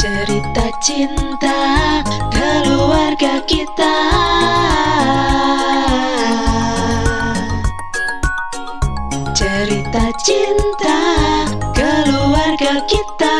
Cerita cinta keluarga kita. Cerita cinta keluarga kita.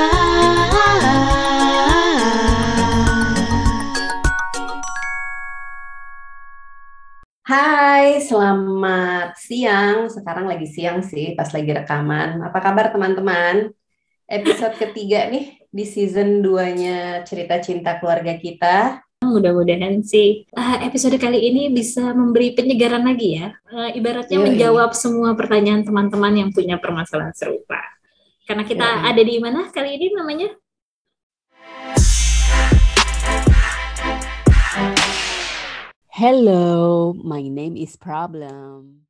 Hai, selamat siang. Sekarang lagi siang sih, pas lagi rekaman. Apa kabar teman-teman? Episode ketiga nih di season 2-nya Cerita Cinta Keluarga Kita. Mudah-mudahan sih episode kali ini bisa memberi penyegaran lagi ya. Ibaratnya Yoi. menjawab semua pertanyaan teman-teman yang punya permasalahan serupa. Karena kita Yoi. ada di mana kali ini namanya? Hello, my name is Problem.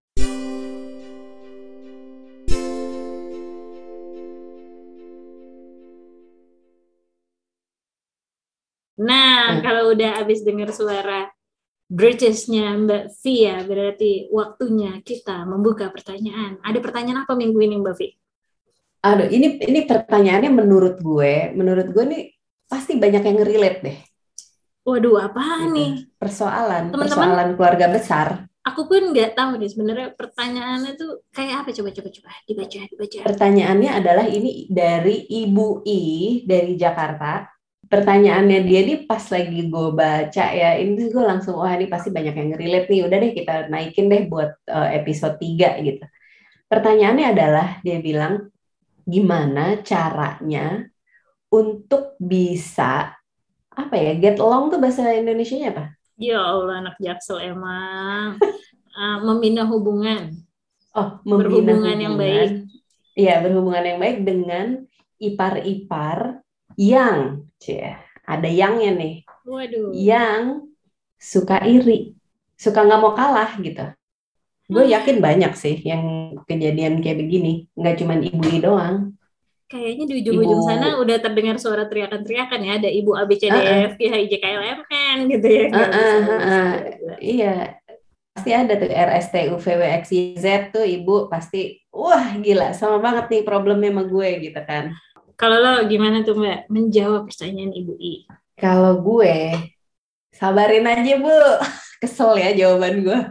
Nah, kalau udah habis dengar suara British-nya Mbak Via, berarti waktunya kita membuka pertanyaan. Ada pertanyaan apa minggu ini Mbak Vi? Aduh, ini pertanyaannya menurut gue nih pasti banyak yang relate deh. Waduh, apa Gitu. nih? Persoalan Teman-teman, keluarga besar. aku pun nggak tahu nih sebenarnya pertanyaannya tuh kayak apa. Coba dibaca. Pertanyaannya adalah ini dari Ibu I dari Jakarta. Pertanyaannya dia nih pas lagi gue baca ya, ini gue langsung, wah ini pasti banyak yang relate nih, udah deh kita naikin deh buat episode 3 gitu. Pertanyaannya adalah, dia bilang, gimana caranya untuk bisa, apa ya, get along tuh bahasa Indonesianya apa? Ya Allah, anak Jaksel emang. Membina hubungan. Oh, membina Berhubungan yang baik. Iya, berhubungan yang baik dengan ipar-ipar yang, ada yangnya nih. Waduh. Yang suka iri, suka nggak mau kalah gitu. Gue yakin banyak sih yang kejadian kayak begini, nggak cuma ibu I doang. Kayaknya di ujung-ujung sana udah terdengar suara teriakan-teriakan ya, ada ibu ABCDF, HIJKLMN gitu ya. Iya, pasti ada tuh RSTUVWXYZ tuh ibu pasti, wah gila, sama banget nih problemnya sama gue gitu kan. Kalau lo gimana tuh Mbak menjawab pertanyaan Ibu I? Kalau gue, sabarin aja Bu. Kesel ya jawaban gue.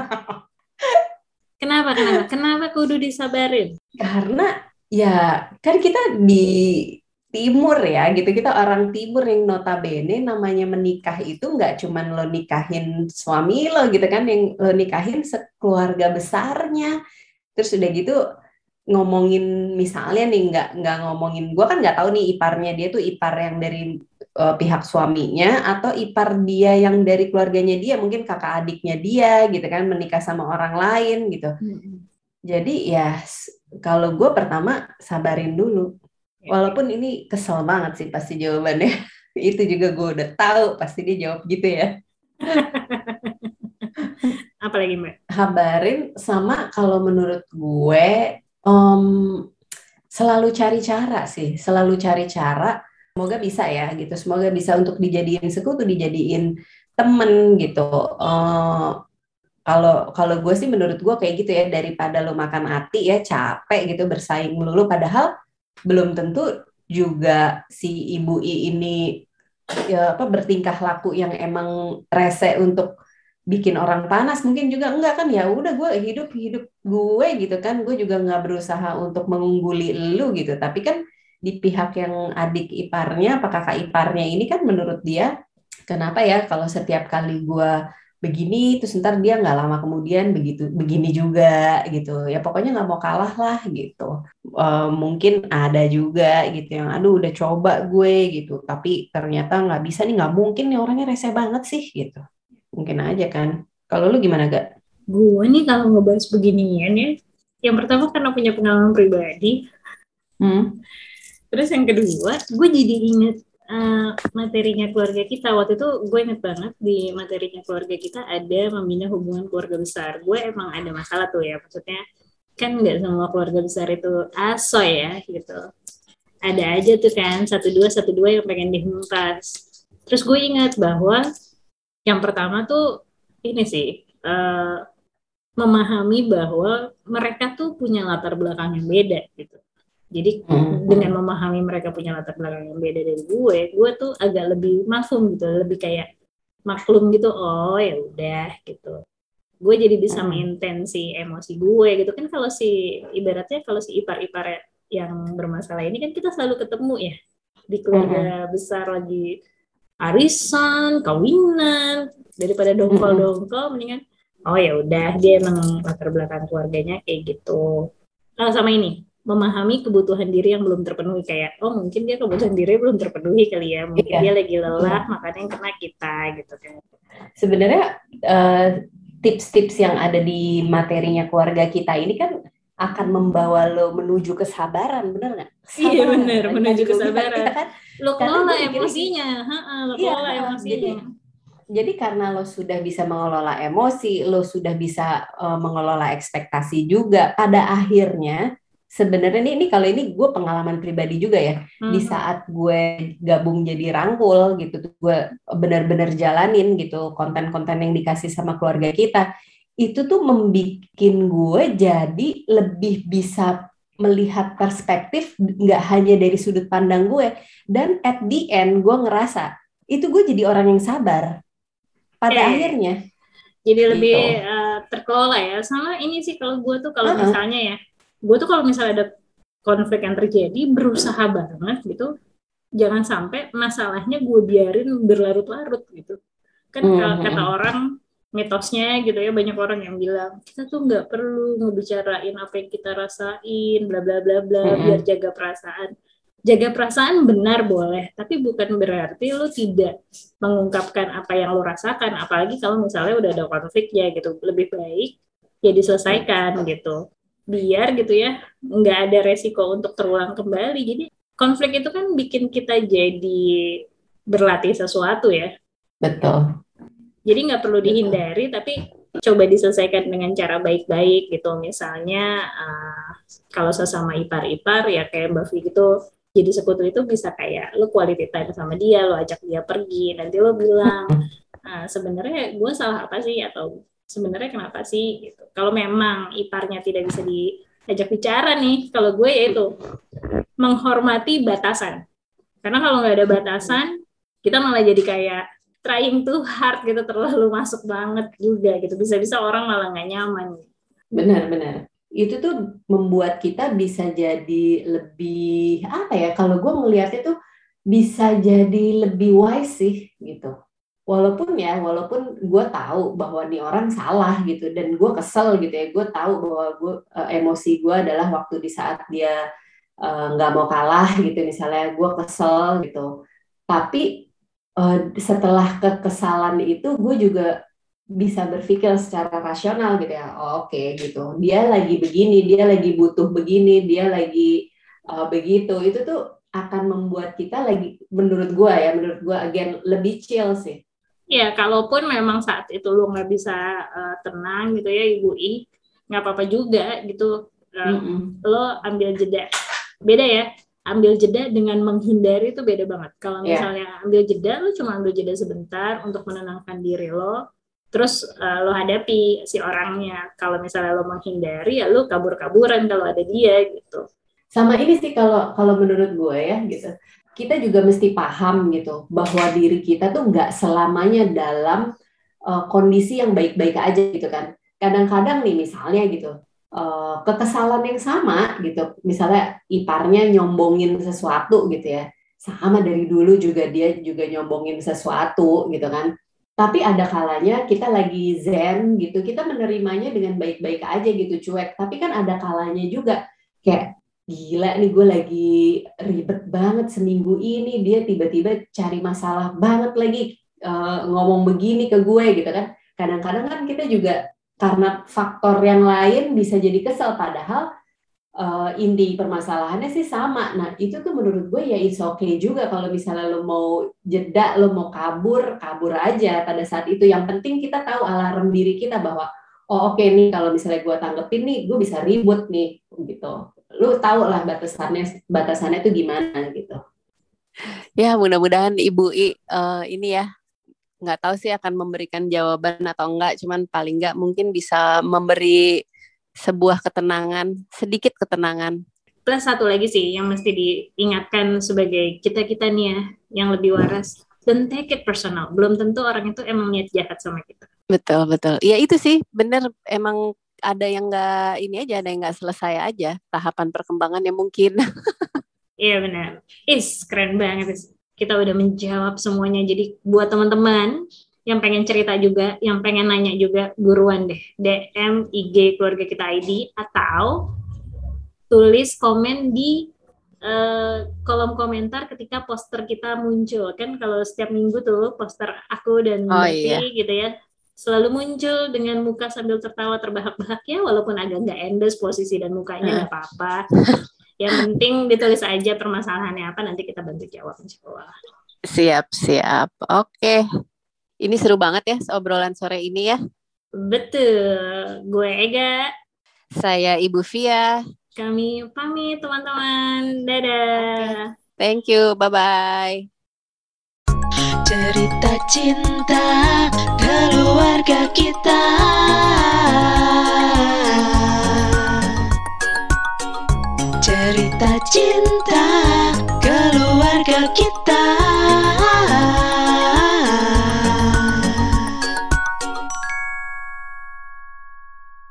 Kenapa kudu disabarin? Karena ya kan kita di timur ya gitu, kita orang timur yang notabene namanya menikah itu nggak cuman lo nikahin suami lo gitu kan, yang lo nikahin sekeluarga besarnya. Terus udah gitu ngomongin misalnya nih, nggak ngomongin, gue kan nggak tahu nih iparnya dia tuh ipar yang dari pihak suaminya atau ipar dia yang dari keluarganya dia, mungkin kakak adiknya dia gitu kan, menikah sama orang lain gitu. Jadi ya kalau gue pertama sabarin dulu, walaupun ini kesel banget sih pasti jawabannya. Itu juga gue udah tahu pasti dia jawab gitu ya. Apalagi Mbak? Sabarin sama kalau menurut gue selalu cari cara sih, selalu cari cara. Semoga bisa ya gitu, semoga bisa untuk dijadiin sekutu, dijadiin temen gitu. Kalau gue sih menurut gue kayak gitu ya, daripada lo makan hati ya capek gitu bersaing melulu, padahal belum tentu juga si ibu I ini ya bertingkah laku yang emang rese untuk bikin orang panas, mungkin juga enggak kan, ya udah gue hidup gue gitu kan, gue juga nggak berusaha untuk mengungguli lu gitu, tapi kan di pihak yang adik iparnya apa kakak iparnya ini kan menurut dia, kenapa ya kalau setiap kali gue begini terus ntar dia nggak lama kemudian begini juga gitu ya, pokoknya nggak mau kalah lah gitu. Mungkin ada juga gitu yang aduh udah coba gue gitu tapi ternyata nggak bisa nih, nggak mungkin nih orangnya rese banget sih gitu, mungkin aja kan. Kalau lu gimana Gak? Gue nih kalau ngebahas beginian ya, yang pertama karena punya pengalaman pribadi, terus yang kedua gue jadi inget materinya keluarga kita. Waktu itu gue inget banget di materinya keluarga kita ada membina hubungan keluarga besar. Gue emang ada masalah tuh ya, maksudnya kan nggak semua keluarga besar itu asoy ya gitu. Ada aja tuh kan satu dua yang pengen dihempas. Terus gue ingat bahwa yang pertama tuh ini sih memahami bahwa mereka tuh punya latar belakang yang beda gitu. Jadi dengan memahami mereka punya latar belakang yang beda dari gue tuh agak lebih mafhum gitu, lebih kayak maklum gitu. Oh ya udah gitu. Gue jadi bisa mengintensi emosi gue gitu kan. Kalau si ibaratnya kalau si ipar-ipar yang bermasalah ini kan kita selalu ketemu ya di keluarga besar lagi arisan, kawinan, daripada dongkol mendingan oh ya udah dia emang latar belakang keluarganya kayak gitu. Sama ini memahami kebutuhan diri yang belum terpenuhi, kayak oh mungkin dia kebutuhan diri belum terpenuhi kali ya, mungkin dia lagi lelah makanya yang kena kita gitu kan. Sebenarnya tips-tips yang ada di materinya keluarga kita ini kan akan membawa lo menuju kesabaran, bener nggak? Iya bener, menuju kesabaran. Kan? Lo kelola emosinya, lo kelola emosinya. Jadi karena lo sudah bisa mengelola emosi, lo sudah bisa mengelola ekspektasi juga. Pada akhirnya, sebenarnya ini kalau ini gue pengalaman pribadi juga ya. Di saat gue gabung jadi rangkul gitu, gue benar-benar jalanin gitu konten-konten yang dikasih sama keluarga kita. Itu tuh membuat gue jadi lebih bisa melihat perspektif nggak hanya dari sudut pandang gue. Dan at the end gue ngerasa itu gue jadi orang yang sabar. Pada akhirnya jadi lebih terkelola ya. Sama ini sih kalau gue tuh kalau misalnya ya, gue tuh kalau misalnya ada konflik yang terjadi berusaha banget gitu, jangan sampai masalahnya gue biarin berlarut-larut gitu kan. Kata orang mitosnya gitu ya, banyak orang yang bilang kita tuh nggak perlu ngebicarain apa yang kita rasain bla bla bla bla biar jaga perasaan. Jaga perasaan benar boleh, tapi bukan berarti lo tidak mengungkapkan apa yang lo rasakan, apalagi kalau misalnya udah ada konfliknya gitu. Lebih baik ya diselesaikan gitu, biar gitu ya nggak ada resiko untuk terulang kembali. Jadi konflik itu kan bikin kita jadi berlatih sesuatu ya. Betul. Jadi nggak perlu dihindari, tapi coba diselesaikan dengan cara baik-baik gitu. Misalnya kalau sesama ipar-ipar ya kayak Mbak Vi gitu, jadi sekutu itu bisa kayak lo quality time sama dia, lo ajak dia pergi, nanti lo bilang sebenarnya gue salah apa sih, atau sebenarnya kenapa sih gitu. Kalau memang iparnya tidak bisa diajak bicara nih, kalau gue yaitu menghormati batasan. Karena kalau nggak ada batasan, kita malah jadi kayak trying too hard gitu, terlalu masuk banget juga gitu. Bisa-bisa orang malah nggak nyaman. Benar-benar. Itu tuh membuat kita bisa jadi lebih apa ya? Kalau gue ngelihatnya tuh bisa jadi lebih wise sih gitu. Walaupun gue tahu bahwa nih orang salah gitu dan gue kesel gitu ya. Gue tahu bahwa emosi gue adalah waktu di saat dia nggak mau kalah gitu, misalnya gue kesel gitu. Tapi setelah kekesalan itu gue juga bisa berpikir secara rasional gitu ya. Oke, gitu. Dia lagi begini, dia lagi butuh begini, dia lagi begitu. Itu tuh akan membuat kita lagi, menurut gue again lebih chill sih. Ya, kalaupun memang saat itu lo nggak bisa tenang gitu ya Ibu I, nggak apa-apa juga gitu. Lo ambil jeda. Beda ya. Ambil jeda dengan menghindari itu beda banget. Kalau misalnya ambil jeda, lo cuma ambil jeda sebentar untuk menenangkan diri lo. Terus lo hadapi si orangnya. Kalau misalnya lo menghindari, ya lo kabur-kaburan kalau ada dia gitu. Sama ini sih kalau menurut gue ya gitu. Kita juga mesti paham gitu bahwa diri kita tuh nggak selamanya dalam kondisi yang baik-baik aja gitu kan. Kadang-kadang nih misalnya gitu, kekesalan yang sama gitu. Misalnya iparnya nyombongin sesuatu gitu ya. Sama dari dulu juga dia juga nyombongin sesuatu gitu kan. Tapi ada kalanya kita lagi zen gitu, kita menerimanya dengan baik-baik aja gitu, cuek. Tapi kan ada kalanya juga kayak, gila nih gue lagi ribet banget seminggu ini, dia tiba-tiba cari masalah banget lagi, ngomong begini ke gue gitu kan. Kadang-kadang kan kita juga karena faktor yang lain bisa jadi kesel, padahal inti permasalahannya sih sama. Nah itu tuh menurut gue ya it's okay juga kalau misalnya lo mau jeda, lo mau kabur aja pada saat itu. Yang penting kita tahu alarm diri kita bahwa oh oke nih kalau misalnya gue tanggepin nih gue bisa ribut nih gitu. Lo tahu lah batasannya itu gimana gitu. Ya mudah-mudahan Ibu I ini ya nggak tahu sih akan memberikan jawaban atau enggak, cuman paling enggak mungkin bisa memberi sebuah ketenangan, sedikit ketenangan Plus satu lagi sih yang mesti diingatkan sebagai kita-kita nih ya, yang lebih waras. Don't take it personal. Belum tentu orang itu emang niat jahat sama kita. Betul. Ya itu sih, bener. Emang ada yang nggak ini aja, ada yang nggak selesai aja tahapan perkembangannya mungkin. Iya benar. Keren banget. Kita udah menjawab semuanya. Jadi buat teman-teman yang pengen cerita juga, yang pengen nanya juga, buruan deh. DM IG Keluarga Kita ID atau tulis komen di kolom komentar ketika poster kita muncul. Kan kalau setiap minggu tuh poster aku dan Berti gitu ya, selalu muncul dengan muka sambil tertawa terbahak-bahak ya, walaupun agak nggak endes posisi dan mukanya nggak apa-apa. Yang penting ditulis aja permasalahannya apa, nanti kita bantu jawab insya Allah. Siap. Oke. Ini seru banget ya obrolan sore ini ya. Betul. Gue Ega. Saya Ibu Via. Kami pamit teman-teman. Dadah. Okay. Thank you. Bye-bye. Cerita cinta keluarga kita. Cerita cinta keluarga kita.